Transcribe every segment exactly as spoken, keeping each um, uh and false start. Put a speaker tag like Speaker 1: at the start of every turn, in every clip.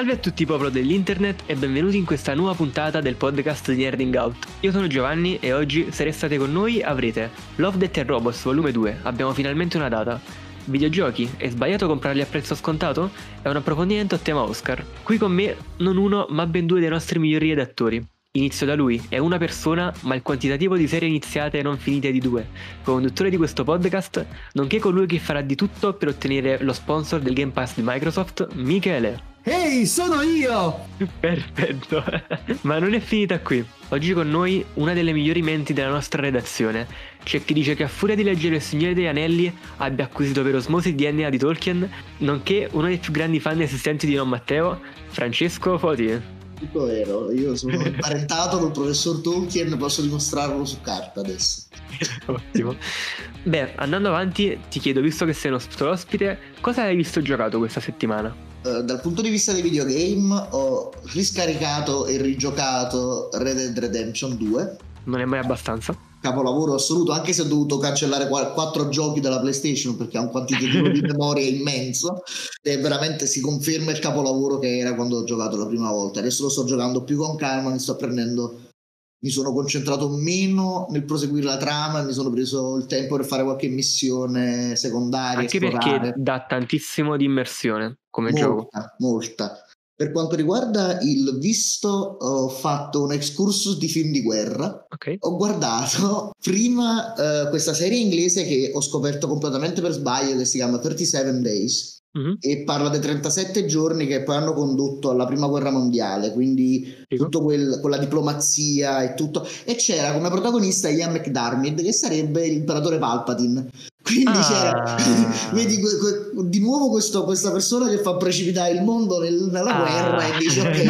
Speaker 1: Salve a tutti popolo dell'internet e benvenuti in questa nuova puntata del podcast di Nerding Out. Io sono Giovanni e oggi, se restate con noi, avrete Love, Death and Robots volume due, abbiamo finalmente una data. Videogiochi, è sbagliato comprarli a prezzo scontato? È un approfondimento a tema Oscar. Qui con me non uno ma ben due dei nostri migliori redattori. Inizio da lui, è una persona ma il quantitativo di serie iniziate e non finite è di due, conduttore di questo podcast, nonché colui che farà di tutto per ottenere lo sponsor del Game Pass di Microsoft, Michele.
Speaker 2: Ehi, hey, sono io!
Speaker 1: Perfetto, ma non è finita qui. Oggi con noi una delle migliori menti della nostra redazione. C'è chi dice che a furia di leggere Il Signore degli Anelli abbia acquisito per osmosi il D N A di Tolkien, nonché uno dei più grandi fan esistenti di Don Matteo, Francesco Foti.
Speaker 3: Tutto vero, io sono imparentato col professor Tolkien, posso dimostrarlo su carta adesso.
Speaker 1: Ottimo. Beh, andando avanti, ti chiedo, visto che sei nostro ospite, cosa hai visto e giocato questa settimana?
Speaker 3: Uh, dal punto di vista dei videogame ho riscaricato e rigiocato Red Dead Redemption due.
Speaker 1: Non è mai abbastanza?
Speaker 3: Capolavoro assoluto, anche se ho dovuto cancellare quattro giochi dalla PlayStation perché ha un quantitativo di memoria immenso e veramente si conferma il capolavoro che era quando ho giocato la prima volta. Adesso lo sto giocando più con calma, mi sto prendendo, mi sono concentrato meno nel proseguire la trama, mi sono preso il tempo per fare qualche missione secondaria,
Speaker 1: anche
Speaker 3: esplorare.
Speaker 1: Perché dà tantissimo di immersione come
Speaker 3: molta,
Speaker 1: gioco.
Speaker 3: Molta. Per quanto riguarda il visto, ho fatto un excursus di film di guerra.
Speaker 1: Okay.
Speaker 3: Ho guardato prima uh, questa serie inglese che ho scoperto completamente per sbaglio, che si chiama trentasette Days. Mm-hmm. E parla dei trentasette giorni che poi hanno condotto alla prima guerra mondiale, quindi Fico. tutto quel, con la diplomazia e tutto, e c'era come protagonista Ian McDiarmid che sarebbe l'imperatore Palpatine, quindi ah. c'era vedi di nuovo questo, questa persona che fa precipitare il mondo nel, nella ah. guerra e dice ok.
Speaker 2: Ma,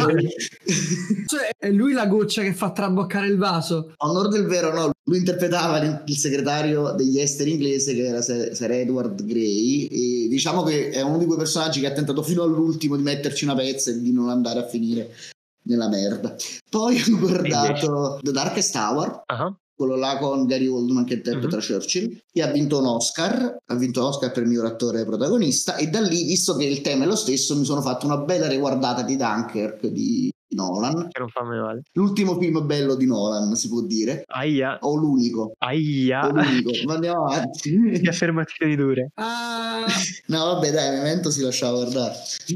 Speaker 2: cioè è lui la goccia che fa traboccare il vaso?
Speaker 3: A onor del vero no, lui interpretava il segretario degli esteri inglese che era Sir Edward Grey e diciamo che è uno di quei personaggi che ha tentato fino all'ultimo di metterci una pezza e di non andare a finire nella merda. Poi ho guardato The Darkest Hour, uh-huh. quello là con Gary Oldman che interpreta uh-huh. Churchill, che ha vinto un Oscar, ha vinto un Oscar per miglior attore protagonista, e da lì, visto che il tema è lo stesso, mi sono fatto una bella riguardata di Dunkirk di Nolan,
Speaker 1: che non fa male.
Speaker 3: L'ultimo film bello di Nolan, si può dire.
Speaker 1: Aia.
Speaker 3: O l'unico.
Speaker 1: Aia.
Speaker 3: O l'unico. Ma andiamo avanti.
Speaker 1: Che affermazioni dure.
Speaker 3: Ah. No, vabbè, dai, Memento si lasciava guardare.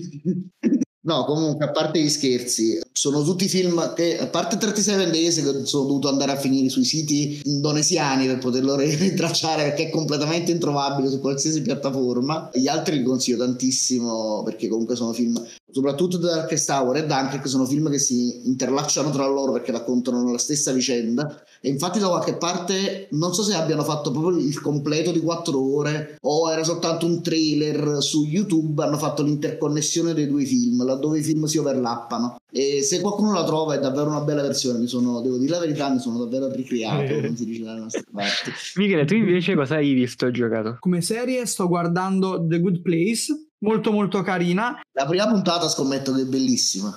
Speaker 3: No, comunque, a parte gli scherzi, sono tutti film che, a parte trentasette Days, che sono dovuto andare a finire sui siti indonesiani per poterlo rintracciare perché è completamente introvabile su qualsiasi piattaforma. Gli altri li consiglio tantissimo perché comunque sono film, soprattutto The Darkest Hour e Dunkirk, sono film che si interlacciano tra loro perché raccontano la stessa vicenda. E infatti da qualche parte non so se abbiano fatto proprio il completo di quattro ore o era soltanto un trailer su YouTube, hanno fatto l'interconnessione dei due film laddove i film si overlappano, e se qualcuno la trova è davvero una bella versione. Mi sono, devo dire la verità, mi sono davvero ricreato, come si dice dalle nostre parti.
Speaker 1: Michele, tu invece cosa hai visto e giocato?
Speaker 2: Come serie sto guardando The Good Place, molto molto carina.
Speaker 3: La prima puntata scommetto che è bellissima.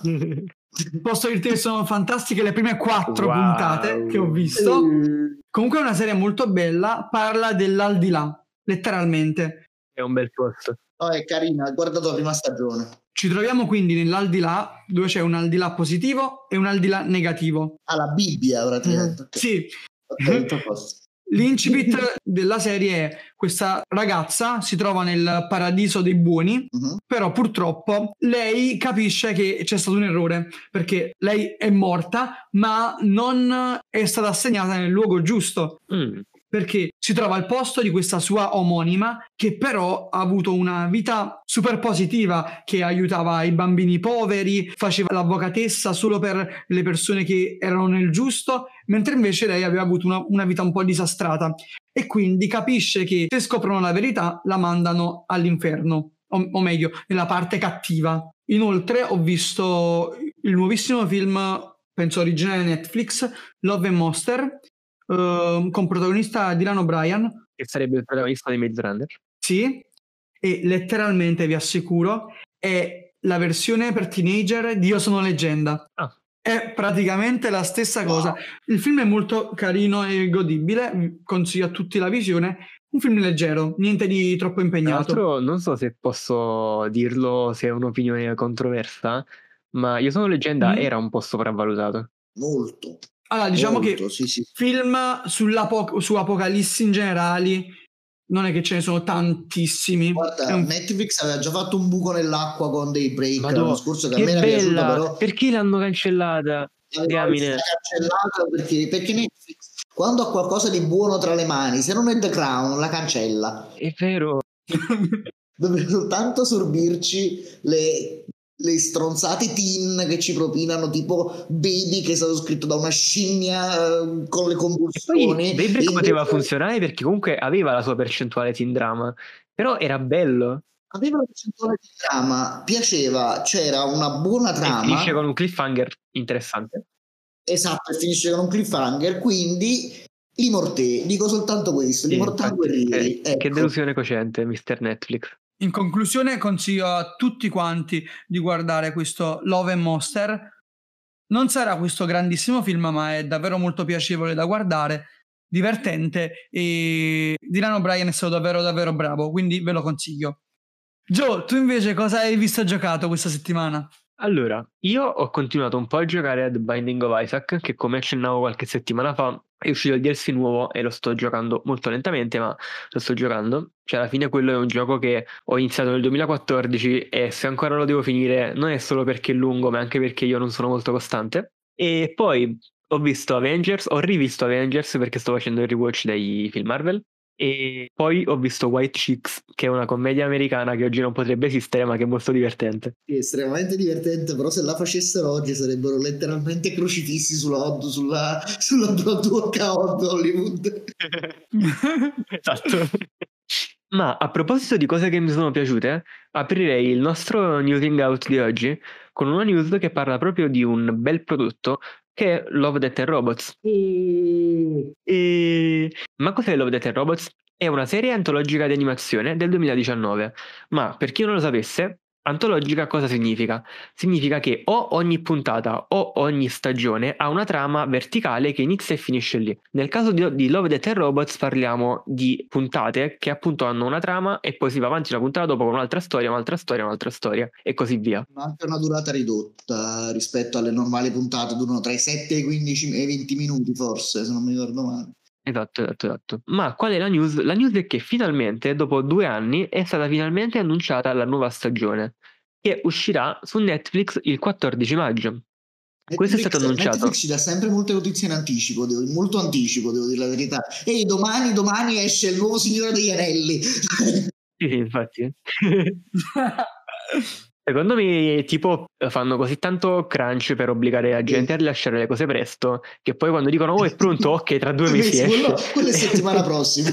Speaker 2: Posso dirti che sono fantastiche le prime quattro
Speaker 1: wow.
Speaker 2: puntate che ho visto. Mm. Comunque è una serie molto bella, parla dell'aldilà, letteralmente.
Speaker 1: È un bel posto.
Speaker 3: Oh, è carina, ho guardato la prima stagione.
Speaker 2: Ci troviamo quindi nell'aldilà, dove c'è un aldilà positivo e un aldilà negativo.
Speaker 3: Ah, la Bibbia praticamente.
Speaker 2: Mm. Sì.
Speaker 3: Okay,
Speaker 2: L'incipit della serie è: questa ragazza si trova nel paradiso dei buoni, uh-huh. però purtroppo lei capisce che c'è stato un errore, perché lei è morta ma non è stata assegnata nel luogo giusto. Mm. Perché si trova al posto di questa sua omonima che però ha avuto una vita super positiva, che aiutava i bambini poveri, faceva l'avvocatessa solo per le persone che erano nel giusto, mentre invece lei aveva avuto una, una vita un po' disastrata, e quindi capisce che se scoprono la verità la mandano all'inferno, o, o meglio nella parte cattiva. Inoltre ho visto il nuovissimo film, penso originale Netflix, Love and Monster, Uh, con protagonista Dylan O'Brien,
Speaker 1: che sarebbe il protagonista di Maze Runner.
Speaker 2: Sì, e letteralmente vi assicuro è la versione per teenager di Io sono leggenda. Ah. È praticamente la stessa cosa. Wow. Il film è molto carino e godibile, consiglio a tutti la visione. Un film leggero, niente di troppo impegnato.
Speaker 1: Tra l'altro, non so se posso dirlo, se è un'opinione controversa, ma Io sono leggenda
Speaker 2: Mm.
Speaker 1: era un po' sopravvalutato.
Speaker 3: Molto.
Speaker 2: Allora, diciamo
Speaker 3: molto,
Speaker 2: che
Speaker 3: sì, sì.
Speaker 2: film sull'apo- su Apocalissi in generali non è che ce ne sono tantissimi. È
Speaker 3: Guarda,
Speaker 2: un-
Speaker 3: Netflix aveva già fatto un buco nell'acqua con Daybreak
Speaker 1: Madò,
Speaker 3: l'anno scorso, che, a
Speaker 1: che
Speaker 3: me era piaciuto,
Speaker 1: bella!
Speaker 3: però
Speaker 1: Perché l'hanno cancellata?
Speaker 3: aveva
Speaker 1: Diamine.
Speaker 3: cancellata perché, perché Netflix, quando ha qualcosa di buono tra le mani, se non è The Crown, la cancella.
Speaker 1: È vero.
Speaker 3: Deve soltanto sorbirci le, le stronzate teen che ci propinano, tipo Baby, che è stato scritto da una scimmia eh, con le
Speaker 1: E
Speaker 3: convulsioni.
Speaker 1: poi Daybreak
Speaker 3: e
Speaker 1: poteva
Speaker 3: invece
Speaker 1: funzionare perché comunque aveva la sua percentuale teen drama, però era bello.
Speaker 3: aveva una percentuale di trama, piaceva, c'era una buona
Speaker 1: E finisce
Speaker 3: trama.
Speaker 1: con un cliffhanger interessante.
Speaker 3: Esatto, e finisce con un cliffhanger, quindi li mortè, dico soltanto questo,
Speaker 1: Sì,
Speaker 3: li mortà
Speaker 1: infatti,
Speaker 3: guerrieri,
Speaker 1: che, che
Speaker 3: ecco.
Speaker 1: delusione cocente, mister Netflix.
Speaker 2: In conclusione, consiglio a tutti quanti di guardare questo Love and Monster. Non sarà questo grandissimo film, ma è davvero molto piacevole da guardare, divertente, e Dylan O'Brien è stato davvero davvero bravo, quindi ve lo consiglio. Joe, tu invece cosa hai visto e giocato questa settimana?
Speaker 1: Allora, io ho continuato un po' a giocare a The Binding of Isaac, che come accennavo qualche settimana fa è uscito il D L C nuovo e lo sto giocando molto lentamente, ma lo sto giocando. Cioè, alla fine quello è un gioco che ho iniziato nel duemilaquattordici e se ancora lo devo finire non è solo perché è lungo, ma anche perché io non sono molto costante. E poi ho visto Avengers, ho rivisto Avengers perché sto facendo il rewatch dei film Marvel. E poi ho visto White Chicks, che è una commedia americana che oggi non potrebbe esistere, ma che è molto divertente.
Speaker 3: Sì, estremamente divertente, però se la facessero oggi sarebbero letteralmente crocifissi sulla, sulla, sulla Broadwalk a Hollywood.
Speaker 1: Esatto. Ma a proposito di cose che mi sono piaciute, aprirei il nostro news hangout di oggi con una news che parla proprio di un bel prodotto che è Love, Death and Robots. E... Ma cos'è Love, Death and Robots? È una serie antologica di animazione del duemiladiciannove, ma per chi non lo sapesse, antologica cosa significa? Significa che o ogni puntata o ogni stagione ha una trama verticale che inizia e finisce lì. Nel caso di, di Love, Death and Robots parliamo di puntate che appunto hanno una trama e poi si va avanti una puntata dopo con un'altra storia, un'altra storia, un'altra storia e così via.
Speaker 3: Ma anche una durata ridotta rispetto alle normali puntate, durano tra i sette e i quindici e i venti minuti forse, se non mi ricordo male.
Speaker 1: Esatto, esatto, esatto. Ma qual è la news? La news è che finalmente, dopo due anni, è stata finalmente annunciata la nuova stagione, che uscirà su Netflix il quattordici maggio. Questo è stato annunciato.
Speaker 3: Netflix ci dà sempre molte notizie in anticipo, devo, molto anticipo, devo dire la verità. Ehi, domani, domani esce il nuovo Signore degli Anelli.
Speaker 1: Sì, sì, infatti. Secondo me, tipo, fanno così tanto crunch per obbligare la gente a rilasciare le cose presto, che poi quando dicono, oh, è pronto, ok, tra due mesi esce.
Speaker 3: Quello, quello è settimana prossima.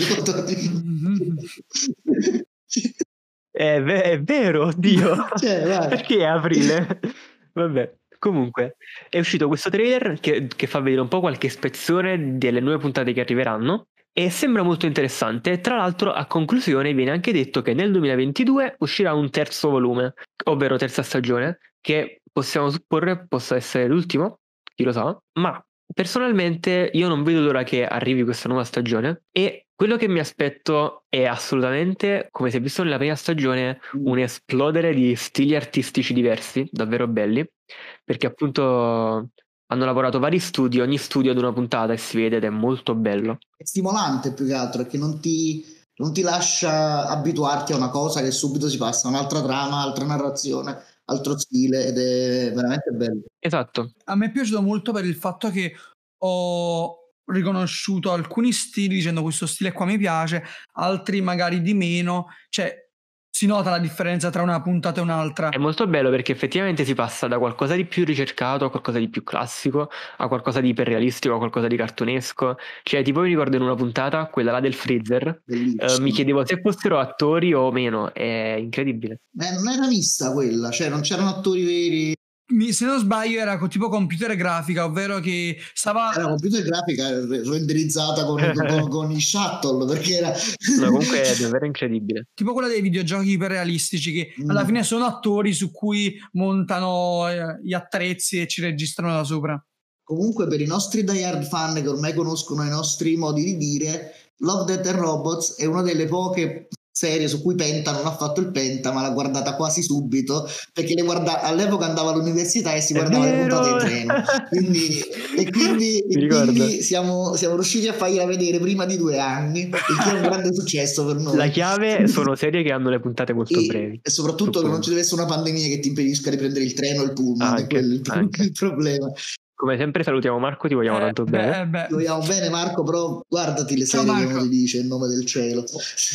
Speaker 1: È, ve- è vero, oddio.
Speaker 3: Cioè, vai.
Speaker 1: Perché è aprile? Vabbè. Comunque, è uscito questo trailer che, che fa vedere un po' qualche spezzone delle nuove puntate che arriveranno e sembra molto interessante. Tra l'altro, a conclusione viene anche detto che nel duemilaventidue uscirà un terzo volume, ovvero terza stagione, che possiamo supporre possa essere l'ultimo, chi lo sa, ma personalmente io non vedo l'ora che arrivi questa nuova stagione e quello che mi aspetto è assolutamente, come si è visto nella prima stagione, un esplodere di stili artistici diversi, davvero belli, perché appunto hanno lavorato vari studi, ogni studio ad una puntata e si vede ed è molto bello.
Speaker 3: È stimolante più che altro, perché non ti, non ti lascia abituarti a una cosa che subito si passa a un'altra trama, altra narrazione, altro stile, ed è veramente bello.
Speaker 1: Esatto.
Speaker 2: A me è piaciuto molto per il fatto che ho riconosciuto alcuni stili dicendo questo stile qua mi piace, altri magari di meno, cioè si nota la differenza tra una puntata e un'altra.
Speaker 1: È molto bello perché effettivamente si passa da qualcosa di più ricercato a qualcosa di più classico, a qualcosa di iperrealistico, a qualcosa di cartunesco. Cioè, tipo mi ricordo in una puntata, quella là del freezer, eh, mi chiedevo se fossero attori o meno, è incredibile.
Speaker 3: Eh, non era mista quella, cioè non c'erano attori veri.
Speaker 2: Se non sbaglio era tipo computer grafica, ovvero che stava...
Speaker 3: Era computer grafica renderizzata con, con, con i shuttle, perché era...
Speaker 1: No, comunque è davvero incredibile.
Speaker 2: Tipo quella dei videogiochi iperrealistici che mm. alla fine sono attori su cui montano eh, gli attrezzi e ci registrano da sopra.
Speaker 3: Comunque per i nostri diehard fan che ormai conoscono i nostri modi di dire, Love, Death and Robots è una delle poche serie su cui Penta non ha fatto il Penta, ma l'ha guardata quasi subito, perché le guarda- all'epoca andava all'università e si
Speaker 1: È
Speaker 3: guardava le
Speaker 1: vero!
Speaker 3: puntate in treno. Quindi, e quindi,
Speaker 1: Mi
Speaker 3: e
Speaker 1: ricordo.
Speaker 3: quindi siamo, siamo riusciti a fargliela vedere prima di due anni, il che è un grande successo per noi.
Speaker 1: La chiave sono serie che hanno le puntate molto
Speaker 3: E,
Speaker 1: brevi.
Speaker 3: e soprattutto che non ci deve essere una pandemia che ti impedisca di prendere il treno o il pullman, è
Speaker 1: Anche,
Speaker 3: quello il,
Speaker 1: anche.
Speaker 3: il problema.
Speaker 1: Come sempre salutiamo Marco, ti vogliamo
Speaker 2: Eh,
Speaker 1: tanto
Speaker 2: beh,
Speaker 1: bene.
Speaker 2: eh, beh.
Speaker 3: Ti vogliamo bene Marco, però guardati le
Speaker 2: Ciao,
Speaker 3: serie che
Speaker 2: Marco.
Speaker 3: uno ti dice in nome del cielo.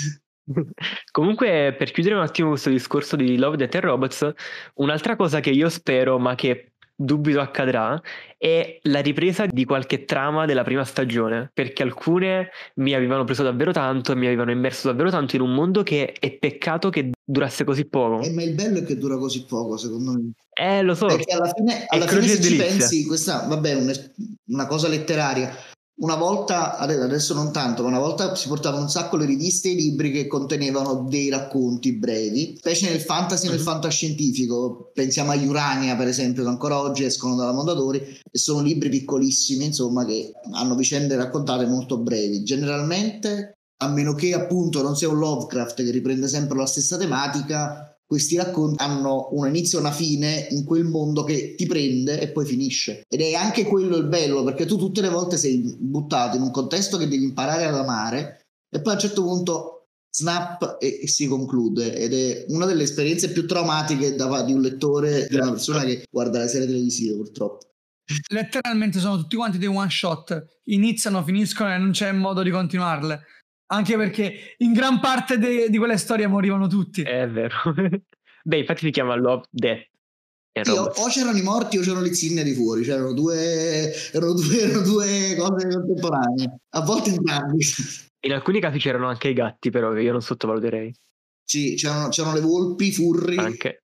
Speaker 1: Comunque, per chiudere un attimo questo discorso di Love, Death and Robots, un'altra cosa che io spero, ma che dubito accadrà, è la ripresa di qualche trama della prima stagione, perché alcune mi avevano preso davvero tanto e mi avevano immerso davvero tanto in un mondo che è peccato che durasse così poco.
Speaker 3: Eh, ma il bello è che dura così poco, secondo me.
Speaker 1: Eh, lo so.
Speaker 3: Perché alla fine, alla
Speaker 1: È
Speaker 3: fine
Speaker 1: croce
Speaker 3: se
Speaker 1: e
Speaker 3: ci
Speaker 1: delizia.
Speaker 3: pensi, questa vabbè, è un- una cosa letteraria. Una volta, adesso non tanto, ma una volta si portavano un sacco le riviste e i libri che contenevano dei racconti brevi, specie nel fantasy e nel
Speaker 1: Mhm.
Speaker 3: fantascientifico. Pensiamo a Urania, per esempio, che ancora oggi escono dalla Mondadori e sono libri piccolissimi, insomma, che hanno vicende raccontate molto brevi. Generalmente, a meno che appunto non sia un Lovecraft che riprende sempre la stessa tematica, questi racconti hanno un inizio e una fine in quel mondo che ti prende e poi finisce. Ed è anche quello il bello, perché tu tutte le volte sei buttato in un contesto che devi imparare ad amare e poi a un certo punto snap e, e si conclude. Ed è una delle esperienze più traumatiche da, di un lettore, di una persona che guarda le serie televisive, purtroppo.
Speaker 2: Letteralmente sono tutti quanti dei one shot, iniziano, finiscono e non c'è modo di continuarle. Anche perché in gran parte de- di quelle storie morivano tutti.
Speaker 1: È vero. Beh, infatti si chiama Love, Death and
Speaker 3: Sì, o,
Speaker 1: Robots.
Speaker 3: o c'erano i morti o c'erano le zinne fuori, c'erano due, erano due, erano due cose contemporanee, a volte entrambi.
Speaker 1: In alcuni casi c'erano anche i gatti, però che io non sottovaluterei.
Speaker 3: Sì, c'erano, c'erano le volpi, i furri.
Speaker 1: Anche.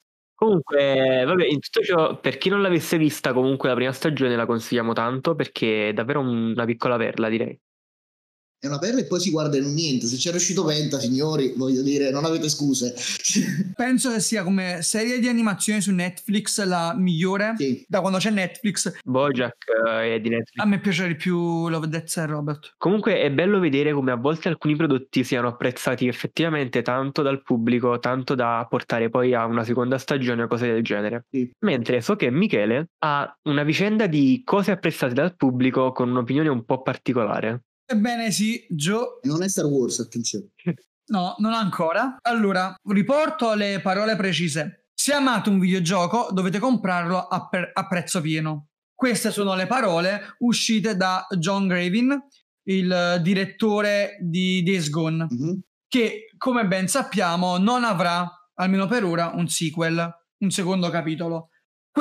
Speaker 1: Comunque, vabbè, in tutto ciò, per chi non l'avesse vista, comunque la prima stagione la consigliamo tanto perché è davvero una piccola perla, direi.
Speaker 3: È una perla e poi si guarda in un niente. Se c'è riuscito Penta, signori, voglio dire, non avete scuse.
Speaker 2: Penso che sia come serie di animazione su Netflix la migliore
Speaker 3: Sì.
Speaker 2: da quando c'è Netflix.
Speaker 1: BoJack eh, è di Netflix.
Speaker 2: A me piace di più Love, Death and Robot.
Speaker 1: Comunque è bello vedere come a volte alcuni prodotti siano apprezzati effettivamente tanto dal pubblico, tanto da portare poi a una seconda stagione o cose del genere.
Speaker 3: Sì.
Speaker 1: Mentre so che Michele ha una vicenda di cose apprezzate dal pubblico con un'opinione un po' particolare.
Speaker 2: Ebbene sì, Joe.
Speaker 3: Non è Star Wars, attenzione.
Speaker 2: No, non ancora. Allora, riporto le parole precise. Se amate un videogioco, dovete comprarlo a, per- a prezzo pieno. Queste sono le parole uscite da John Gravin, il direttore di Days Gone,
Speaker 3: Mm-hmm.
Speaker 2: che, come ben sappiamo, non avrà, almeno per ora, un sequel, un secondo capitolo.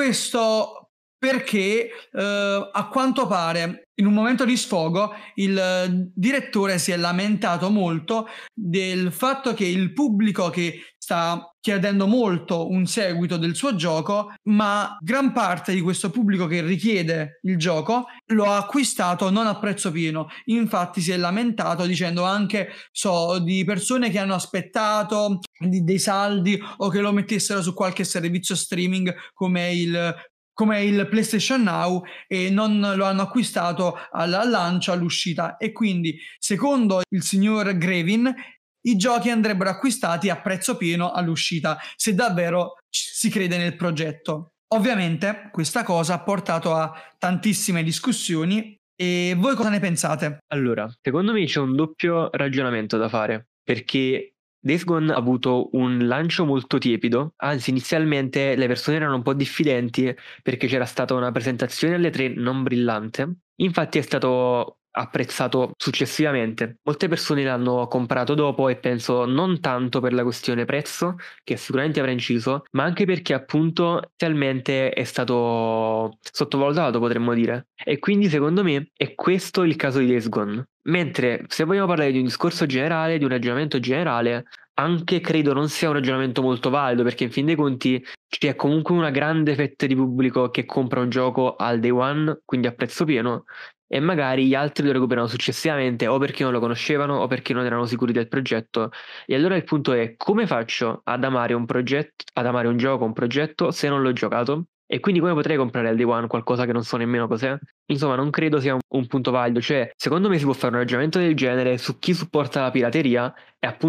Speaker 2: Questo perché eh, a quanto pare in un momento di sfogo il eh, direttore si è lamentato molto del fatto che il pubblico che sta chiedendo molto un seguito del suo gioco, ma gran parte di questo pubblico che richiede il gioco lo ha acquistato non a prezzo pieno. Infatti si è lamentato dicendo anche so di persone che hanno aspettato di, dei saldi o che lo mettessero su qualche servizio streaming come il come il PlayStation Now e non lo hanno acquistato al lancio, all'uscita, e quindi secondo il signor Gravin i giochi andrebbero acquistati a prezzo pieno all'uscita se davvero si crede nel progetto. Ovviamente questa cosa ha portato a tantissime discussioni e voi cosa ne pensate?
Speaker 1: Allora, secondo me c'è un doppio ragionamento da fare perché Days Gone ha avuto un lancio molto tiepido, anzi inizialmente le persone erano un po' diffidenti perché c'era stata una presentazione alle tre non brillante, infatti è stato apprezzato successivamente. Molte persone l'hanno comprato dopo e penso non tanto per la questione prezzo, che sicuramente avrà inciso, ma anche perché appunto inizialmente è stato sottovalutato, potremmo dire. E quindi secondo me è questo il caso di Days Gone. Mentre se vogliamo parlare di un discorso generale, di un ragionamento generale, anche credo non sia un ragionamento molto valido, perché in fin dei conti c'è comunque una grande fetta di pubblico che compra un gioco al day one, quindi a prezzo pieno, e magari gli altri lo recuperano successivamente o perché non lo conoscevano o perché non erano sicuri del progetto. E allora il punto è: come faccio ad amare un progetto, ad amare un gioco, un progetto se non l'ho giocato? E quindi come potrei comprare al day one qualcosa che non so nemmeno cos'è? Insomma, non credo sia un, un punto valido. Cioè, secondo me si può fare un ragionamento del genere su chi supporta la pirateria e appunto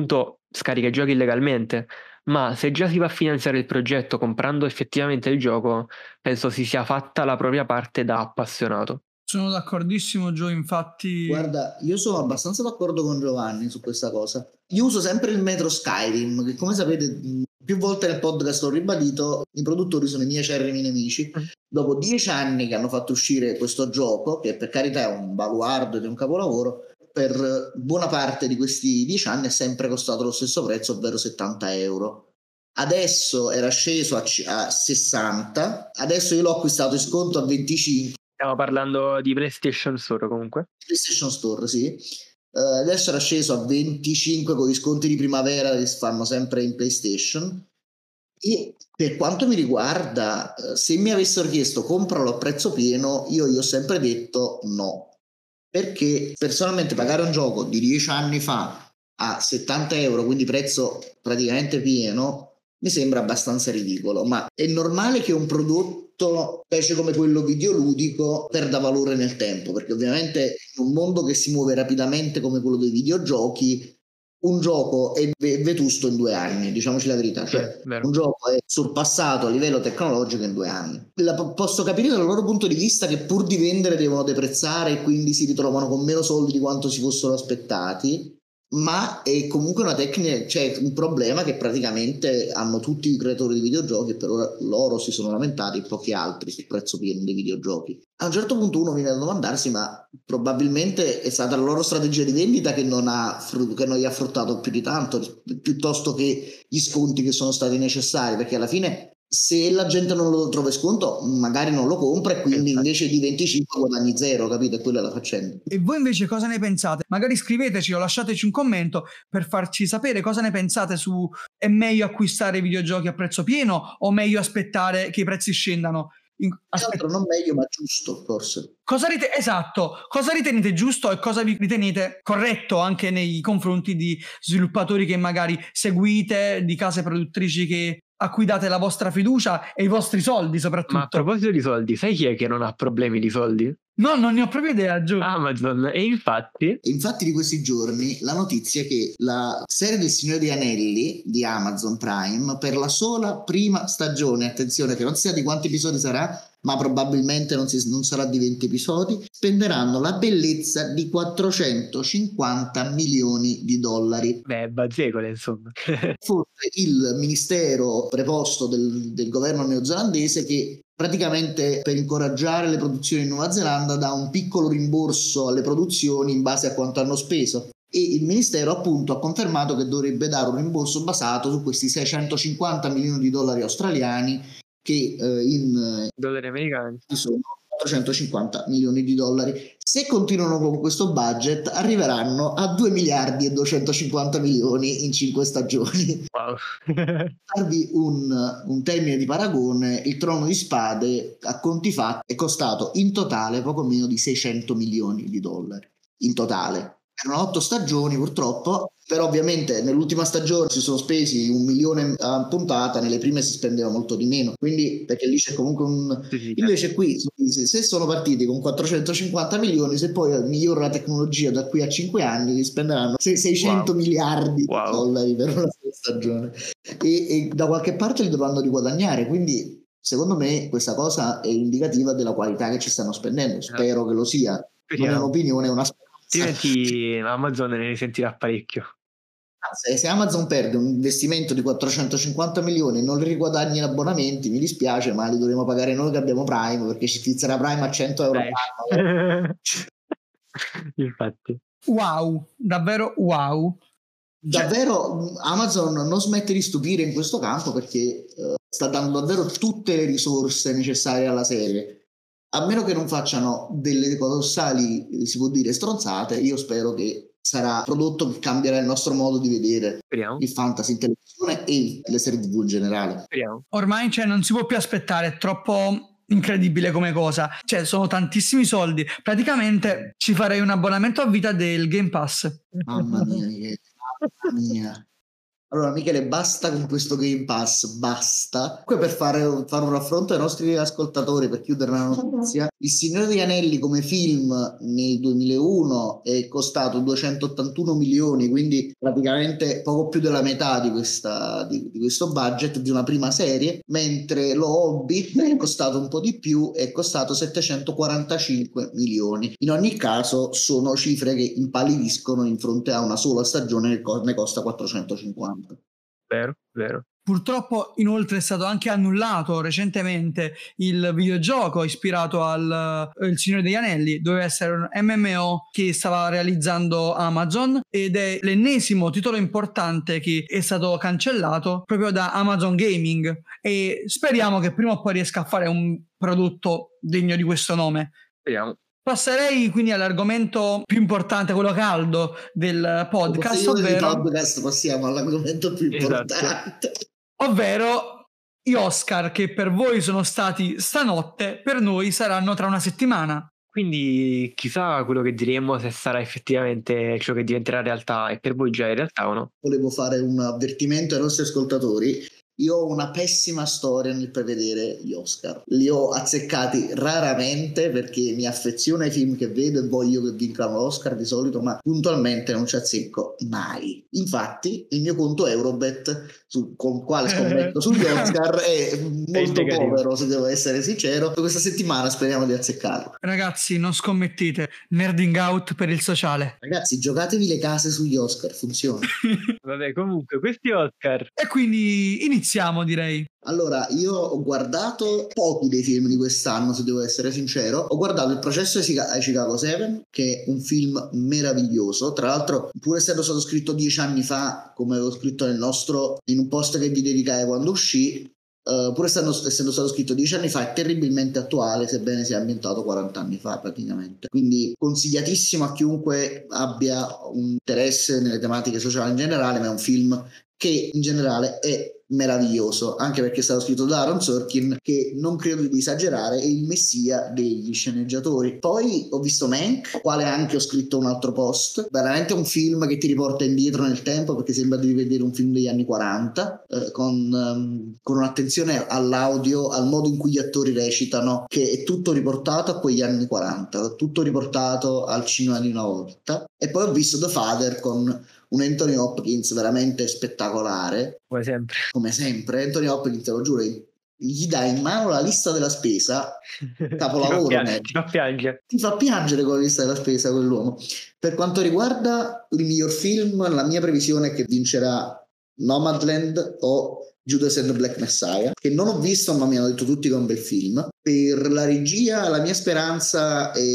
Speaker 1: scarica i giochi illegalmente, ma se già si va a finanziare il progetto comprando effettivamente il gioco, penso si sia fatta la propria parte da appassionato.
Speaker 2: Sono d'accordissimo, Gio, infatti...
Speaker 3: Guarda, io sono abbastanza d'accordo con Giovanni su questa cosa. Io uso sempre il metro Skyrim, che come sapete più volte nel podcast ho ribadito, i produttori sono i miei acerrimi nemici. Dopo dieci anni che hanno fatto uscire questo gioco, che per carità è un baluardo ed è un capolavoro, per buona parte di questi dieci anni è sempre costato lo stesso prezzo, ovvero settanta euro. Adesso era sceso a, a sessanta, adesso io l'ho acquistato in sconto a venticinque.
Speaker 1: Stiamo parlando di PlayStation Store comunque.
Speaker 3: PlayStation Store, sì. Uh, adesso era sceso a venticinque con gli sconti di primavera che si fanno sempre in PlayStation. E per quanto mi riguarda, uh, se mi avessero chiesto compralo a prezzo pieno, io gli ho sempre detto no. Perché personalmente pagare un gioco di dieci anni fa a settanta euro, quindi prezzo praticamente pieno, mi sembra abbastanza ridicolo. Ma è normale che un prodotto specie come quello videoludico perda valore nel tempo, perché ovviamente in un mondo che si muove rapidamente come quello dei videogiochi, un gioco è vetusto in due anni, diciamoci la verità, cioè
Speaker 1: Vero.
Speaker 3: un gioco è sorpassato a livello tecnologico in due anni. La, posso capire dal loro punto di vista che pur di vendere devono deprezzare e quindi si ritrovano con meno soldi di quanto si fossero aspettati, ma è comunque una tecnica, cioè un problema che praticamente hanno tutti i creatori di videogiochi e per ora loro si sono lamentati e pochi altri sul prezzo pieno dei videogiochi. A un certo punto uno viene a domandarsi, ma probabilmente è stata la loro strategia di vendita che non ha che non gli ha fruttato più di tanto, piuttosto che gli sconti che sono stati necessari, perché alla fine se la gente non lo trova in sconto magari non lo compra e quindi invece di venticinque guadagni zero, capito? E quella è la faccenda.
Speaker 2: E voi invece cosa ne pensate? Magari scriveteci o lasciateci un commento per farci sapere cosa ne pensate su è meglio acquistare i videogiochi a prezzo pieno o meglio aspettare che i prezzi scendano? In,
Speaker 3: aspett- non meglio ma giusto forse.
Speaker 2: Cosa rite- esatto, cosa ritenete giusto e cosa vi ritenete corretto anche nei confronti di sviluppatori che magari seguite, di case produttrici che a cui date la vostra fiducia e i vostri soldi soprattutto.
Speaker 1: Ma a proposito di soldi, sai chi è che non ha problemi di soldi?
Speaker 2: No, non ne ho proprio idea, Gio.
Speaker 1: Amazon. E infatti
Speaker 3: e infatti di questi giorni la notizia è che la serie del Signore degli Anelli di Amazon Prime, per la sola prima stagione, attenzione che non si sa di quanti episodi sarà, ma probabilmente non, si, non sarà di venti episodi, spenderanno la bellezza di quattrocentocinquanta milioni di dollari.
Speaker 1: Beh, bazzecole insomma.
Speaker 3: Forse il ministero preposto del, del governo neozelandese che praticamente per incoraggiare le produzioni in Nuova Zelanda dà un piccolo rimborso alle produzioni in base a quanto hanno speso. E il ministero appunto ha confermato che dovrebbe dare un rimborso basato su questi seicentocinquanta milioni di dollari australiani che eh, in
Speaker 1: dollari americani
Speaker 3: sono quattrocentocinquanta milioni di dollari. Se continuano con questo budget arriveranno a due miliardi e duecentocinquanta milioni in cinque stagioni.
Speaker 1: Wow.
Speaker 3: Darvi un, un termine di paragone, il Trono di Spade a conti fatti è costato in totale poco meno di seicento milioni di dollari in totale. Erano otto stagioni purtroppo, però ovviamente nell'ultima stagione si sono spesi un milione a puntata, nelle prime si spendeva molto di meno, quindi perché lì c'è comunque un...
Speaker 1: Sì, sì,
Speaker 3: invece qui se sono partiti con quattrocentocinquanta milioni, se poi migliora la tecnologia da qui a cinque anni li spenderanno seicento
Speaker 1: wow.
Speaker 3: miliardi
Speaker 1: wow.
Speaker 3: di dollari per una stagione e, e da qualche parte li dovranno riguadagnare, quindi secondo me questa cosa è indicativa della qualità che ci stanno spendendo, spero che lo sia, non è un'opinione, è una speranza.
Speaker 1: Altrimenti Amazon ne risentirà parecchio.
Speaker 3: Se, se Amazon perde un investimento di quattrocentocinquanta milioni e non li riguadagni in abbonamenti, mi dispiace, ma li dovremo pagare noi che abbiamo Prime, perché ci sfizzerà Prime a cento euro l'anno.
Speaker 1: Infatti.
Speaker 2: Wow, davvero wow.
Speaker 3: Davvero Amazon non smette di stupire in questo campo perché uh, sta dando davvero tutte le risorse necessarie alla serie. A meno che non facciano delle colossali, si può dire, stronzate, io spero che sarà prodotto che cambierà il nostro modo di vedere
Speaker 1: Speriamo.
Speaker 3: il fantasy in televisione e le serie tivù in generale.
Speaker 1: Speriamo.
Speaker 2: Ormai cioè, non si può più aspettare, è troppo incredibile come cosa. Cioè, sono tantissimi soldi. Praticamente ci farei un abbonamento a vita del Game Pass.
Speaker 3: Mamma mia, che... mamma mia. Allora, Michele, basta con questo Game Pass, basta. Qui per fare, fare un raffronto ai nostri ascoltatori, per chiudere la notizia, Il Signore degli Anelli come film nel duemilauno è costato duecentottantuno milioni, quindi praticamente poco più della metà di, questa, di, di questo budget di una prima serie, mentre Lo Hobbit è costato un po' di più, è costato settecentoquarantacinque milioni. In ogni caso sono cifre che impallidiscono in fronte a una sola stagione che co- ne costa quattrocentocinquanta.
Speaker 1: Vero, vero.
Speaker 2: Purtroppo inoltre è stato anche annullato recentemente il videogioco ispirato al uh, Il Signore degli Anelli. Doveva essere un M M O che stava realizzando Amazon ed è l'ennesimo titolo importante che è stato cancellato proprio da Amazon Gaming, e speriamo che prima o poi riesca a fare un prodotto degno di questo nome.
Speaker 1: Speriamo.
Speaker 2: Passerei quindi all'argomento più importante, quello caldo del podcast,
Speaker 3: ovvero...
Speaker 2: ovvero...
Speaker 3: podcast passiamo all'argomento più importante. Esatto.
Speaker 2: Ovvero gli Oscar, che per voi sono stati stanotte, per noi saranno tra una settimana.
Speaker 1: Quindi chissà quello che diremo, se sarà effettivamente ciò che diventerà realtà, e per voi già è realtà o no?
Speaker 3: Volevo fare un avvertimento ai nostri ascoltatori. Io ho una pessima storia nel prevedere gli Oscar. Li ho azzeccati raramente perché mi affeziono ai film che vedo e voglio che vincano l'Oscar di solito, ma puntualmente non ci azzecco mai. Infatti il mio conto Eurobet, su, con quale scommetto sugli Oscar, è molto è povero, se devo essere sincero. Questa settimana speriamo di azzeccarlo.
Speaker 2: Ragazzi, non scommettete, nerding out per il sociale.
Speaker 3: Ragazzi, giocatevi le case sugli Oscar, funziona.
Speaker 1: Vabbè, comunque questi Oscar.
Speaker 2: E quindi iniziamo, direi.
Speaker 3: Allora, io ho guardato pochi dei film di quest'anno, se devo essere sincero. Ho guardato Il processo ai Chicago sette, che è un film meraviglioso. Tra l'altro, pur essendo stato scritto dieci anni fa, come avevo scritto nel nostro, in un post che vi dedicai quando uscì, Uh, pur essendo, essendo stato scritto dieci anni fa, è terribilmente attuale, sebbene sia ambientato quaranta anni fa praticamente. Quindi consigliatissimo a chiunque abbia un interesse nelle tematiche sociali in generale, ma è un film che in generale è meraviglioso, anche perché è stato scritto da Aaron Sorkin, che non credo di esagerare è il messia degli sceneggiatori. Poi ho visto Mank, quale anche ho scritto un altro post. Veramente un film che ti riporta indietro nel tempo, perché sembra di vedere un film degli anni quaranta, eh, con, um, con un'attenzione all'audio, al modo in cui gli attori recitano, che è tutto riportato a quegli anni quaranta, tutto riportato al cinema di una volta. E poi ho visto The Father con un Anthony Hopkins veramente spettacolare,
Speaker 1: come sempre.
Speaker 3: Come sempre, Anthony Hopkins, te lo giuro, gli dai in mano la lista della spesa, capolavoro.
Speaker 1: ti, fa piangere, ti fa piangere.
Speaker 3: Ti fa piangere con la lista della spesa quell'uomo. Per quanto riguarda il miglior film, la mia previsione è che vincerà Nomadland o Judas and the Black Messiah, che non ho visto, ma mi hanno detto tutti che è un bel film. Per la regia, la mia speranza è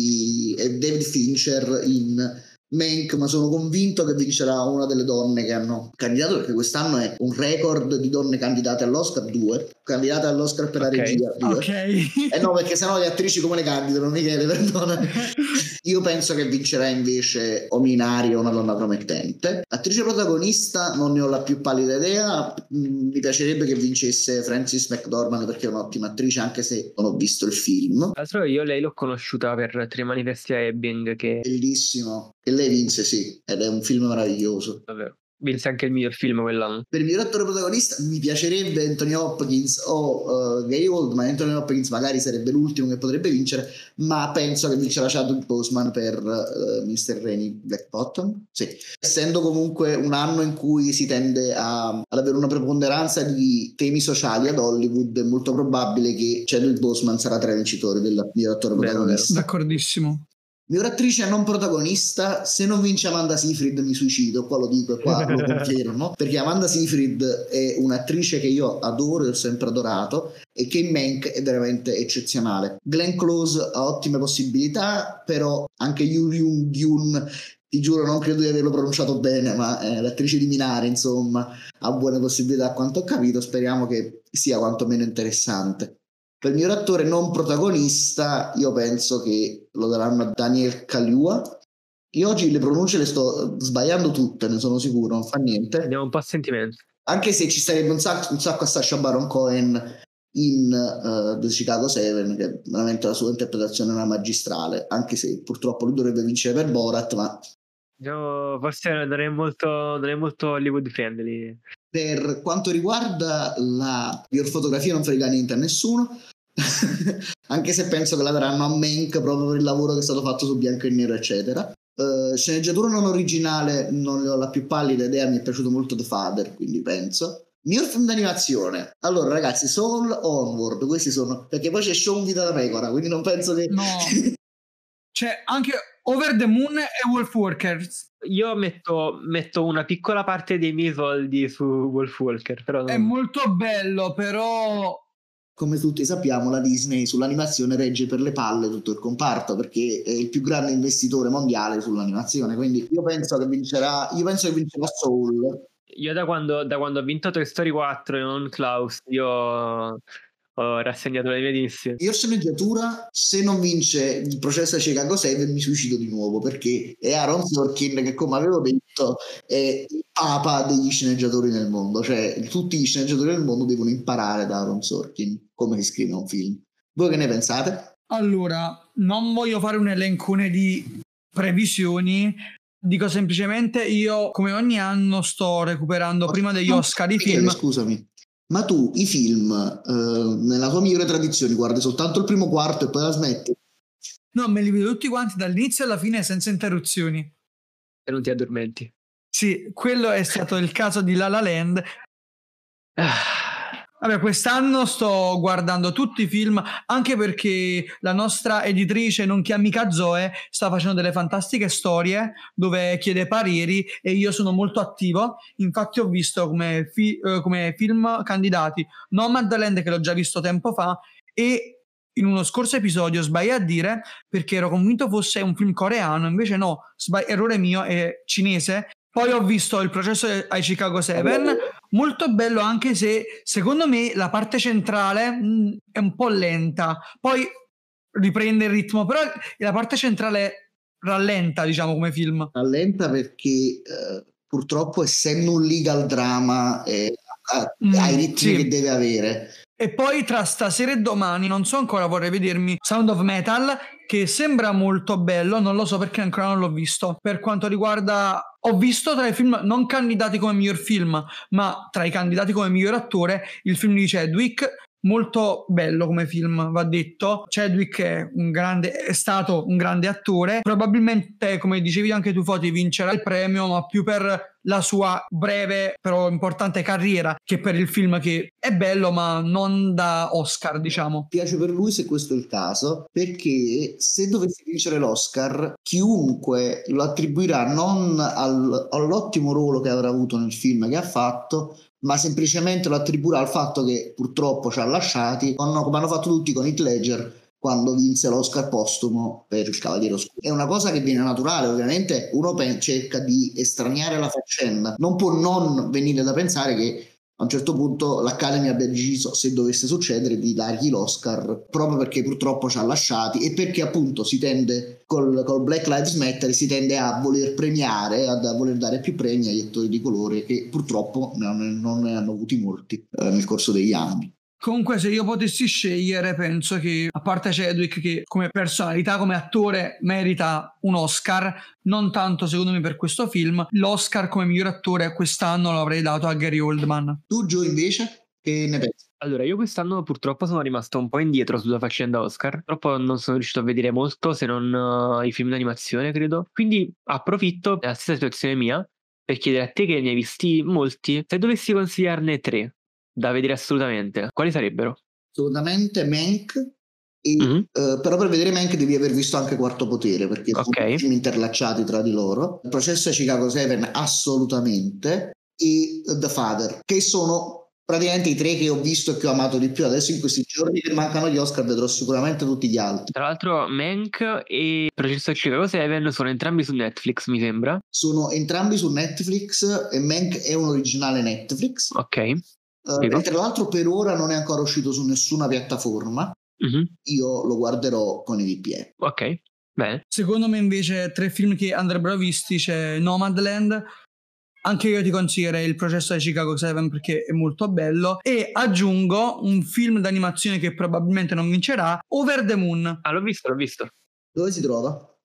Speaker 3: di è David Fincher in Mank, ma sono convinto che vincerà una delle donne che hanno candidato, perché quest'anno è un record di donne candidate all'Oscar, due candidate all'Oscar per
Speaker 1: okay.
Speaker 3: la regia, due.
Speaker 2: Ok.
Speaker 3: Eh no, perché sennò le attrici come le candidano, Michele, perdona. Io penso che vincerà invece o Minari o Una donna promettente. Attrice protagonista non ne ho la più pallida idea, mi piacerebbe che vincesse Frances McDormand perché è un'ottima attrice, anche se non ho visto il film.
Speaker 1: Altro io lei l'ho conosciuta per Tre manifesti a Ebbing, che
Speaker 3: bellissimo, e lei vinse, sì, ed è un film meraviglioso.
Speaker 1: Davvero. Vinse anche il miglior film quell'anno.
Speaker 3: Per il miglior attore protagonista mi piacerebbe Anthony Hopkins o uh, Gary Oldman. Anthony Hopkins magari sarebbe l'ultimo che potrebbe vincere, ma penso che vincerà Chadwick Boseman per uh, mister Rainy Blackbottom, sì. Essendo comunque un anno in cui si tende a, ad avere una preponderanza di temi sociali ad Hollywood, è molto probabile che Chadwick Boseman sarà tra i vincitori del miglior attore
Speaker 1: vero,
Speaker 3: protagonista.
Speaker 2: Vero. D'accordissimo.
Speaker 3: Miglior attrice non protagonista, se non vince Amanda Seyfried mi suicido, qua lo dico e qua lo confermo, perché Amanda Seyfried è un'attrice che io adoro e ho sempre adorato e che in Mank è veramente eccezionale. Glenn Close ha ottime possibilità, però anche Yoo Yoon-gyun, ti giuro non credo di averlo pronunciato bene, ma è l'attrice di Minari, insomma, ha buone possibilità a quanto ho capito, speriamo che sia quantomeno interessante. Per il miglior attore non protagonista io penso che lo daranno a Daniel Kaluuya. Io oggi le pronunce le sto sbagliando tutte, ne sono sicuro, non fa niente.
Speaker 1: Andiamo un po' a sentimento.
Speaker 3: Anche se ci sarebbe un sacco, un sacco a Sacha Baron Cohen in uh, The Chicago sette, che veramente la sua interpretazione è una magistrale, anche se purtroppo lui dovrebbe vincere per Borat, ma
Speaker 1: Diciamo, forse non è molto, non è molto Hollywood friendly.
Speaker 3: Per quanto riguarda la miglior fotografia non frega niente a nessuno, anche se penso che la daranno a Mank proprio per il lavoro che è stato fatto su bianco e nero eccetera. Uh, sceneggiatura non originale non ne ho la più pallida idea, mi è piaciuto molto The Father, quindi penso. Miglior film d'animazione, allora ragazzi, Soul Onward, questi sono, perché poi c'è Shaun Vita da Pecora, quindi non penso che
Speaker 2: no. C'è anche Over the Moon e Wolf Walkers.
Speaker 1: Io metto, metto una piccola parte dei miei soldi su Wolf Walker, però non...
Speaker 2: È molto bello, però
Speaker 3: come tutti sappiamo la Disney sull'animazione regge per le palle tutto il comparto, perché è il più grande investitore mondiale sull'animazione, quindi io penso che vincerà io penso che vincerà Soul.
Speaker 1: Io da quando, da quando ho vinto Toy Story quattro e non Klaus, io ho rassegnato le mie dimissioni.
Speaker 3: Io sceneggiatura, se non vince il processo a Chicago sette mi suicido di nuovo, perché è Aaron Sorkin che, come avevo detto, è il papa degli sceneggiatori nel mondo, cioè tutti gli sceneggiatori del mondo devono imparare da Aaron Sorkin come si scrive un film. Voi che ne pensate?
Speaker 2: Allora, non voglio fare un elencone di previsioni, dico semplicemente io come ogni anno sto recuperando ma prima degli Oscar i film.
Speaker 3: Scusami, ma tu i film eh, nella tua migliore tradizione guardi soltanto il primo quarto e poi la smetti?
Speaker 2: No, me li vedo tutti quanti dall'inizio alla fine senza interruzioni.
Speaker 1: E non ti addormenti?
Speaker 2: Sì, quello è stato il caso di La La Land. Vabbè, quest'anno sto guardando tutti i film, anche perché la nostra editrice, nonché amica Zoe, sta facendo delle fantastiche storie dove chiede pareri e io sono molto attivo. Infatti ho visto come, fi- eh, come film candidati Nomadland, che l'ho già visto tempo fa, e in uno scorso episodio sbagliai a dire perché ero convinto fosse un film coreano, invece no, sbagli- errore mio, è cinese. Poi ho visto Il processo ai Chicago sette, molto bello, anche se secondo me la parte centrale mh, è un po' lenta, poi riprende il ritmo, però la parte centrale rallenta, diciamo, come film.
Speaker 3: Rallenta perché eh, purtroppo, essendo un legal drama, eh, ha, mm, ha i ritmi sì. che deve avere.
Speaker 2: E poi tra stasera e domani, non so ancora, vorrei vedermi Sound of Metal, che sembra molto bello, non lo so perché ancora non l'ho visto. Per quanto riguarda, ho visto tra i film non candidati come miglior film, ma tra i candidati come miglior attore, il film di Chadwick, molto bello come film, va detto. Chadwick è un grande, è stato un grande attore, probabilmente, come dicevi anche tu Foti, vincerà il premio, ma più per la sua breve però importante carriera che per il film, che è bello ma non da Oscar, diciamo.
Speaker 3: Piace per lui se questo è il caso, perché se dovesse vincere l'Oscar, chiunque lo attribuirà non al, all'ottimo ruolo che avrà avuto nel film che ha fatto, ma semplicemente lo attribuirà al fatto che purtroppo ci ha lasciati, come hanno fatto tutti con Heath Ledger quando vinse l'Oscar postumo per Il Cavaliere Oscuro. È una cosa che viene naturale, ovviamente uno pen- cerca di estraniare la faccenda, non può non venire da pensare che a un certo punto l'Academy abbia deciso, se dovesse succedere, di dargli l'Oscar proprio perché purtroppo ci ha lasciati e perché appunto si tende col, col Black Lives Matter si tende a voler premiare, a voler dare più premi agli attori di colore che purtroppo non, non ne hanno avuti molti eh, nel corso degli anni.
Speaker 2: Comunque, se io potessi scegliere, penso che, a parte Chadwick, che come personalità, come attore merita un Oscar, non tanto secondo me per questo film, l'Oscar come miglior attore quest'anno lo avrei dato a Gary Oldman.
Speaker 3: Tu Gio invece che ne pensi?
Speaker 1: Allora, io quest'anno purtroppo sono rimasto un po' indietro sulla faccenda Oscar, purtroppo non sono riuscito a vedere molto, se non uh, i film d'animazione, credo, quindi approfitto della stessa situazione mia per chiedere a te, che ne hai visti molti, se dovessi consigliarne tre da vedere assolutamente, quali sarebbero?
Speaker 3: Assolutamente Mank, e, mm-hmm. uh, però per vedere Mank devi aver visto anche Quarto Potere, perché okay. sono film interlacciati tra di loro. Il processo a Chicago sette assolutamente, e The Father, che sono praticamente i tre che ho visto e che ho amato di più. Adesso in questi giorni che mancano gli Oscar vedrò sicuramente tutti gli altri.
Speaker 1: Tra l'altro Mank e Processo a Chicago sette sono entrambi su Netflix, mi sembra.
Speaker 3: Sono entrambi su Netflix e Mank è un originale Netflix.
Speaker 1: Ok.
Speaker 3: Uh, e tra l'altro per ora non è ancora uscito su nessuna piattaforma. Mm-hmm. Io lo guarderò con i V P N.
Speaker 1: Ok, bene.
Speaker 2: Secondo me invece tre film che andrebbero visti, c'è Nomadland, anche io ti consiglierei Il processo di Chicago sette perché è molto bello, e aggiungo un film d'animazione che probabilmente non vincerà, Over the Moon.
Speaker 1: Ah, l'ho visto, l'ho visto.
Speaker 3: Dove si trova?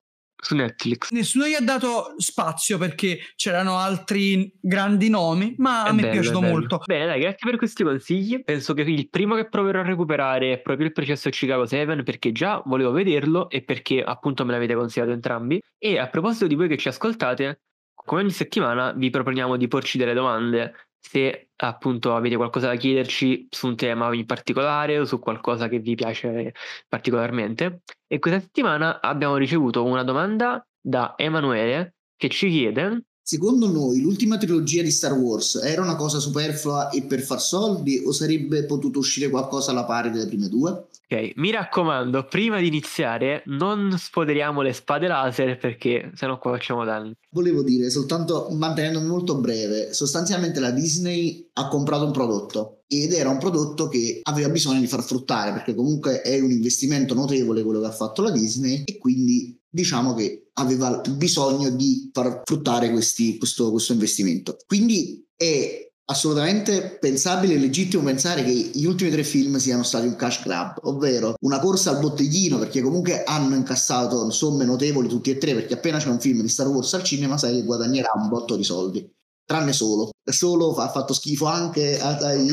Speaker 1: su Netflix.
Speaker 2: Nessuno gli ha dato spazio perché c'erano altri grandi nomi, ma
Speaker 1: È
Speaker 2: a me
Speaker 1: bello,
Speaker 2: è piaciuto
Speaker 1: è bello.
Speaker 2: molto.
Speaker 1: Bene, dai, grazie per questi consigli. Penso che il primo che proverò a recuperare è proprio il Processo Chicago sette, perché già volevo vederlo e perché appunto me l'avete consigliato entrambi. E a proposito di voi che ci ascoltate, come ogni settimana vi proponiamo di porci delle domande, se appunto avete qualcosa da chiederci su un tema in particolare o su qualcosa che vi piace particolarmente. E questa settimana abbiamo ricevuto una domanda da Emanuele che ci chiede:
Speaker 3: secondo noi l'ultima trilogia di Star Wars era una cosa superflua e per far soldi, o sarebbe potuto uscire qualcosa alla pari delle prime due?
Speaker 1: Ok, mi raccomando, prima di iniziare non sfoderiamo le spade laser perché sennò qua facciamo danni.
Speaker 3: Volevo dire, soltanto mantenendomi molto breve, sostanzialmente la Disney ha comprato un prodotto ed era un prodotto che aveva bisogno di far fruttare, perché comunque è un investimento notevole quello che ha fatto la Disney, e quindi diciamo che aveva bisogno di far fruttare questi, questo, questo investimento. Quindi è assolutamente pensabile e legittimo pensare che gli ultimi tre film siano stati un cash grab, ovvero una corsa al botteghino, perché comunque hanno incassato somme notevoli tutti e tre, perché appena c'è un film di Star Wars al cinema sai che guadagnerà un botto di soldi, tranne Solo. Solo ha fatto schifo anche ai,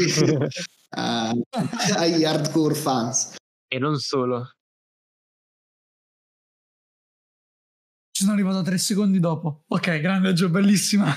Speaker 3: ai hardcore fans.
Speaker 1: E non solo.
Speaker 2: Ci sono arrivato tre secondi dopo. Ok, grande, Gio, bellissima.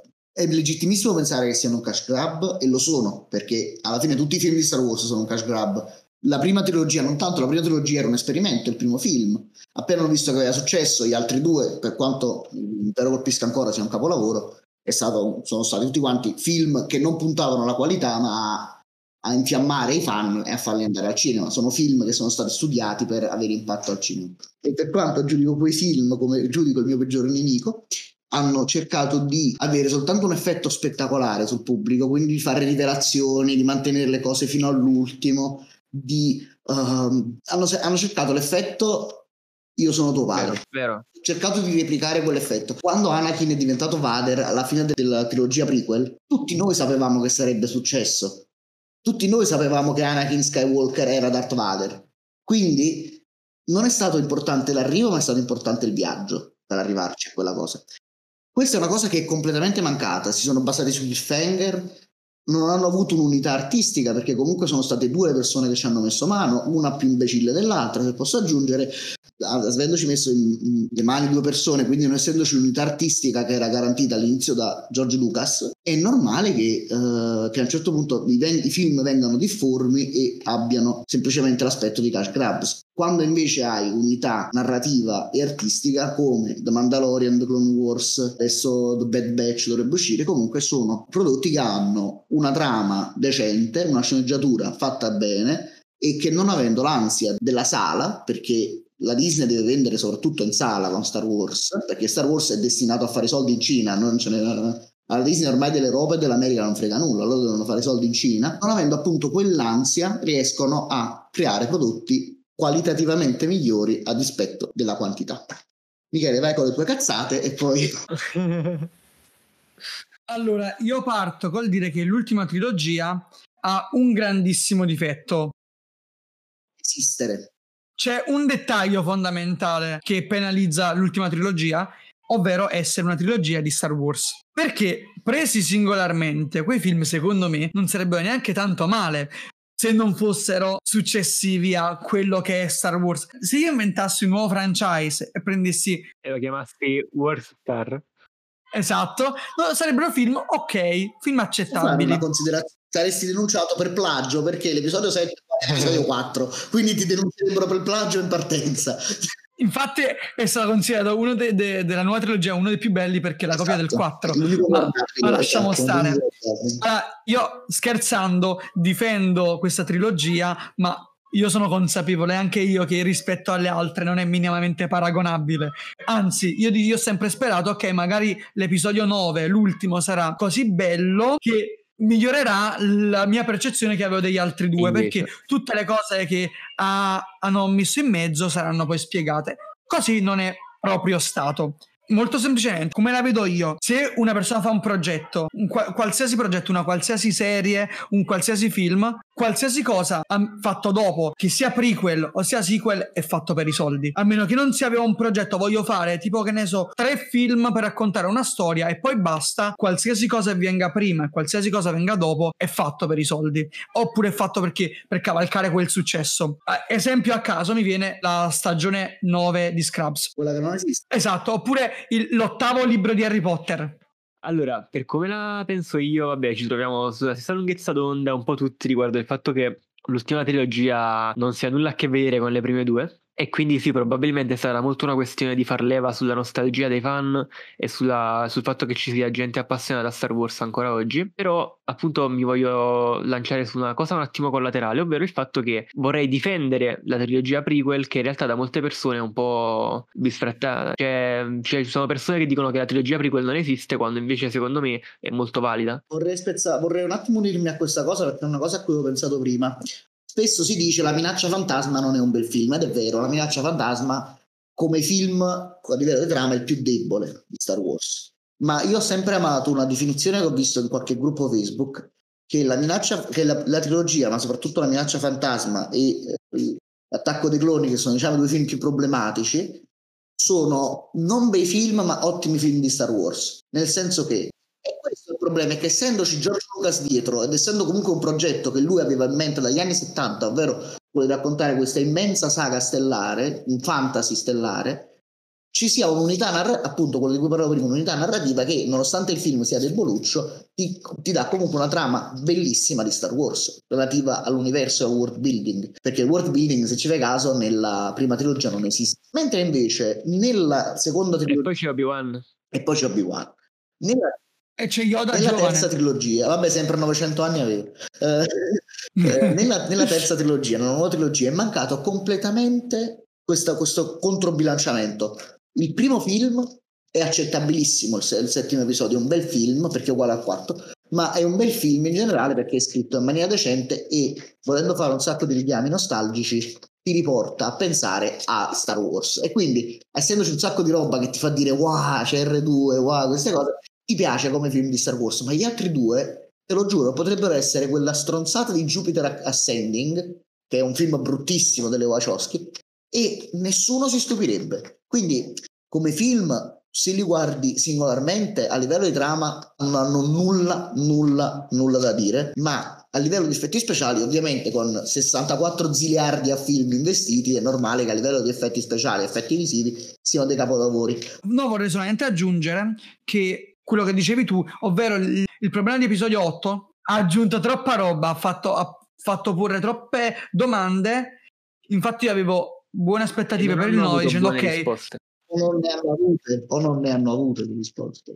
Speaker 3: È legittimissimo pensare che siano un cash grab, e lo sono, perché alla fine tutti i film di Star Wars sono un cash grab. La prima trilogia, non tanto, la prima trilogia era un esperimento, il primo film. Appena hanno visto che aveva successo, gli altri due, per quanto Impero colpisca ancora sia un capolavoro, è stato, sono stati tutti quanti film che non puntavano alla qualità, ma a, a infiammare i fan e a farli andare al cinema. Sono film che sono stati studiati per avere impatto al cinema. E per quanto giudico quei film come giudico il mio peggiore nemico, hanno cercato di avere soltanto un effetto spettacolare sul pubblico, quindi di fare rivelazioni, di mantenere le cose fino all'ultimo, di, uh, hanno, hanno cercato l'effetto io sono tuo padre.
Speaker 1: Vero, vero.
Speaker 3: Ho cercato di replicare quell'effetto. Quando Anakin è diventato Vader alla fine della trilogia prequel, tutti noi sapevamo che sarebbe successo. Tutti noi sapevamo che Anakin Skywalker era Darth Vader. Quindi non è stato importante l'arrivo, ma è stato importante il viaggio per arrivarci a quella cosa. Questa è una cosa che è completamente mancata. Si sono basati su cliffhanger, non hanno avuto un'unità artistica, perché comunque sono state due le persone che ci hanno messo mano, una più imbecille dell'altra, se posso aggiungere, avendoci messo in, in le mani due persone, quindi non essendoci l'unità artistica che era garantita all'inizio da George Lucas, è normale che, uh, che a un certo punto i, ven- i film vengano difformi e abbiano semplicemente l'aspetto di cash grabs. Quando invece hai unità narrativa e artistica come The Mandalorian, The Clone Wars, adesso The Bad Batch dovrebbe uscire, comunque sono prodotti che hanno una trama decente, una sceneggiatura fatta bene, e che, non avendo l'ansia della sala, perché la Disney deve vendere soprattutto in sala con Star Wars, perché Star Wars è destinato a fare soldi in Cina, non ce ne... alla Disney ormai dell'Europa e dell'America non frega nulla, loro devono fare soldi in Cina, non avendo appunto quell'ansia riescono a creare prodotti qualitativamente migliori a dispetto della quantità. Michele, vai con le tue cazzate e poi...
Speaker 2: Allora, io parto col dire che l'ultima trilogia ha un grandissimo difetto.
Speaker 3: Esistere.
Speaker 2: C'è un dettaglio fondamentale che penalizza l'ultima trilogia, ovvero essere una trilogia di Star Wars. Perché presi singolarmente, quei film secondo me non sarebbero neanche tanto male se non fossero successivi a quello che è Star Wars. Se io inventassi un nuovo franchise e prendessi...
Speaker 1: E lo chiamassi Wars Star.
Speaker 2: Esatto, no, sarebbero film ok, film accettabili.
Speaker 3: Una considerazione. Saresti denunciato per plagio, perché l'episodio sette è l'episodio quattro, quindi ti denuncerebbero per plagio in partenza. Infatti
Speaker 2: è stato considerato uno de- de- della nuova trilogia uno dei più belli, perché è la copia
Speaker 3: esatto,
Speaker 2: del quattro, ma, ma lasciamo esatto, stare. Allora, io scherzando difendo questa trilogia, ma io sono consapevole anche io che rispetto alle altre non è minimamente paragonabile. Anzi, io, io ho sempre sperato, ok, magari l'episodio nove, l'ultimo, sarà così bello che migliorerà la mia percezione che avevo degli altri due. Invece, perché tutte le cose che ha, hanno messo in mezzo saranno poi spiegate. Così non è proprio stato. Molto semplicemente, come la vedo io, se una persona fa un progetto, un qual- qualsiasi progetto, una qualsiasi serie, un qualsiasi film, qualsiasi cosa ha fatto dopo, che sia prequel o sia sequel, è fatto per i soldi. A meno che non si aveva un progetto, voglio fare tipo, che ne so, tre film per raccontare una storia e poi basta, qualsiasi cosa venga prima e qualsiasi cosa venga dopo è fatto per i soldi, oppure è fatto perché per cavalcare quel successo. Eh, esempio a caso mi viene la stagione nove di Scrubs,
Speaker 3: quella che non esiste.
Speaker 2: Esatto, oppure il, l'ottavo libro di Harry Potter.
Speaker 1: Allora, per come la penso io, vabbè, ci troviamo sulla stessa lunghezza d'onda un po' tutti riguardo il fatto che l'ultima trilogia non sia nulla a che vedere con le prime due. E quindi sì, probabilmente sarà molto una questione di far leva sulla nostalgia dei fan e sulla, sul fatto che ci sia gente appassionata a Star Wars ancora oggi. Però appunto mi voglio lanciare su una cosa un attimo collaterale, ovvero il fatto che vorrei difendere la trilogia prequel, che in realtà da molte persone è un po' bisfrattata. Cioè, cioè ci sono persone che dicono che la trilogia prequel non esiste, quando invece secondo me è molto valida.
Speaker 3: Vorrei, spezza- vorrei un attimo unirmi a questa cosa, perché è una cosa a cui avevo pensato prima. Spesso si dice la minaccia fantasma non è un bel film, ed è vero, la minaccia fantasma come film a livello di trama è il più debole di Star Wars. Ma io ho sempre amato una definizione che ho visto in qualche gruppo Facebook, che la minaccia, che la, la trilogia, ma soprattutto la minaccia fantasma e eh, l'attacco dei cloni, che sono diciamo i due film più problematici, sono non bei film ma ottimi film di Star Wars, nel senso che, e questo è il problema, è che essendoci George Lucas dietro ed essendo comunque un progetto che lui aveva in mente dagli anni settanta, ovvero vuole raccontare questa immensa saga stellare, un fantasy stellare, ci sia un'unità narrativa, appunto quello di cui parlavo prima, un'unità narrativa che nonostante il film sia deboluccio ti, ti dà comunque una trama bellissima di Star Wars relativa all'universo e al world building, perché il world building, se ci fai caso, nella prima trilogia non esiste, mentre invece nella seconda trilogia,
Speaker 1: E poi c'è Obi-Wan
Speaker 3: e poi c'è Obi-Wan nella,
Speaker 2: E c'è Yoda
Speaker 3: nella
Speaker 2: giovane.
Speaker 3: terza trilogia, vabbè, sempre novecento anni avevo, eh, eh, nella, nella terza trilogia, nella nuova trilogia è mancato completamente questa, questo controbilanciamento. Il primo film è accettabilissimo, il, il settimo episodio è un bel film perché è uguale al quarto, ma è un bel film in generale perché è scritto in maniera decente e, volendo fare un sacco di richiami nostalgici, ti riporta a pensare a Star Wars. E quindi, essendoci un sacco di roba che ti fa dire wow, c'è erre due, wow, queste cose, ti piace come film di Star Wars. Ma gli altri due, te lo giuro, potrebbero essere quella stronzata di Jupiter Ascending, che è un film bruttissimo delle Wachowski, e nessuno si stupirebbe. Quindi come film, se li guardi singolarmente, a livello di trama non hanno nulla nulla nulla da dire, ma a livello di effetti speciali, ovviamente con sessantaquattro ziliardi a film investiti, è normale che a livello di effetti speciali e effetti visivi siano dei capolavori.
Speaker 2: No, vorrei solamente aggiungere che quello che dicevi tu, ovvero il, il problema di episodio otto, ha aggiunto troppa roba, ha fatto, ha fatto pure troppe domande. Infatti io avevo buone aspettative per il nove, dicendo ok,
Speaker 1: risposte.
Speaker 3: O non ne hanno avute, o non ne hanno avute di risposte.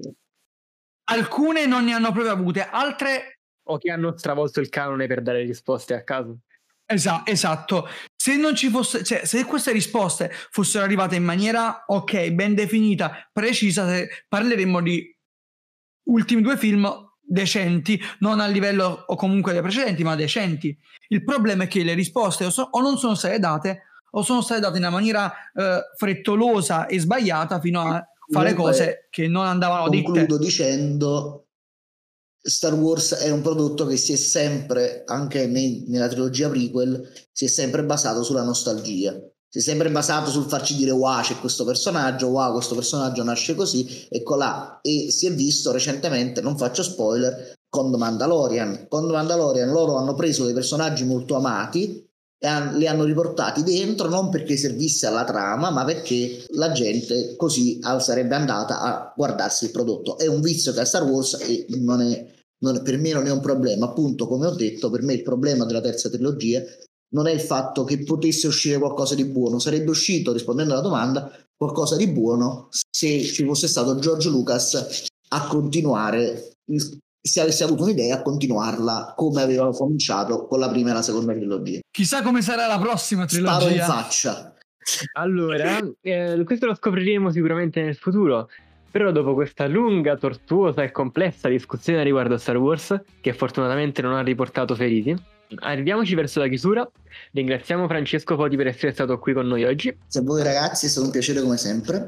Speaker 2: Alcune non ne hanno proprio avute, altre
Speaker 1: o che hanno stravolto il canone per dare risposte a caso.
Speaker 2: Esa- esatto. Se non ci fosse, cioè, se queste risposte fossero arrivate in maniera ok, ben definita, precisa, se parleremmo di ultimi due film decenti, non a livello o comunque dei precedenti, ma decenti. Il problema è che le risposte o, so- o non sono state date o sono state date in una maniera eh, frettolosa e sbagliata fino a fare
Speaker 3: Comunque,
Speaker 2: cose che non andavano dette.
Speaker 3: concludo dicendo Star Wars è un prodotto che si è sempre, anche nei, nella trilogia prequel, si è sempre basato sulla nostalgia. Si è sempre basato sul farci dire wow, c'è questo personaggio, wow, questo personaggio nasce così, ecco là. E si è visto recentemente, non faccio spoiler, con The Mandalorian. Con The Mandalorian loro hanno preso dei personaggi molto amati e han, li hanno riportati dentro, non perché servisse alla trama, ma perché la gente così sarebbe andata a guardarsi il prodotto. È un vizio che ha Star Wars e non è, non è, per me non è un problema. Appunto, come ho detto, per me il problema della terza trilogia non è il fatto che potesse uscire qualcosa di buono, sarebbe uscito, rispondendo alla domanda, qualcosa di buono se ci fosse stato George Lucas a continuare, se avesse avuto un'idea, a continuarla come aveva cominciato con la prima e la seconda trilogia.
Speaker 2: Chissà come sarà la prossima trilogia.
Speaker 3: Sparo in faccia.
Speaker 1: Allora, eh, questo lo scopriremo sicuramente nel futuro. Però dopo questa lunga, tortuosa e complessa discussione riguardo a Star Wars, che fortunatamente non ha riportato feriti, arriviamoci verso la chiusura. Ringraziamo Francesco Poti per essere stato qui con noi oggi.
Speaker 3: Se voi ragazzi, è stato un piacere come sempre.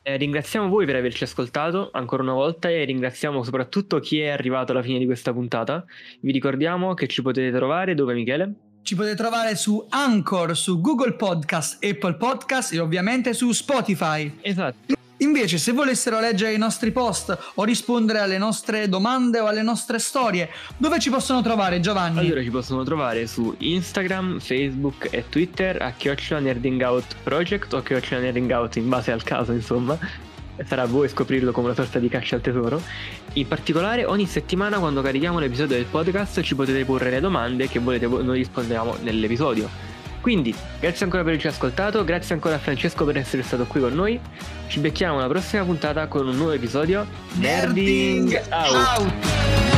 Speaker 1: Eh, ringraziamo voi per averci ascoltato ancora una volta e ringraziamo soprattutto chi è arrivato alla fine di questa puntata. Vi ricordiamo che ci potete trovare dove, Michele?
Speaker 2: Ci potete trovare su Anchor, su Google Podcast, Apple Podcast e ovviamente su Spotify.
Speaker 1: Esatto.
Speaker 2: Invece, se volessero leggere i nostri post o rispondere alle nostre domande o alle nostre storie, dove ci possono trovare, Giovanni?
Speaker 1: Allora ci possono trovare su Instagram, Facebook e Twitter a chiocciola nerdingout project o chiocciola nerdingout in base al caso, insomma. Sarà a voi scoprirlo come una sorta di caccia al tesoro. In particolare ogni settimana quando carichiamo l'episodio del podcast ci potete porre le domande che volete, noi rispondiamo nell'episodio. Quindi grazie ancora per averci ascoltato, grazie ancora a Francesco per essere stato qui con noi. Ci becchiamo alla prossima puntata con un nuovo episodio
Speaker 2: Nerding
Speaker 1: Nerding Out.
Speaker 2: Out.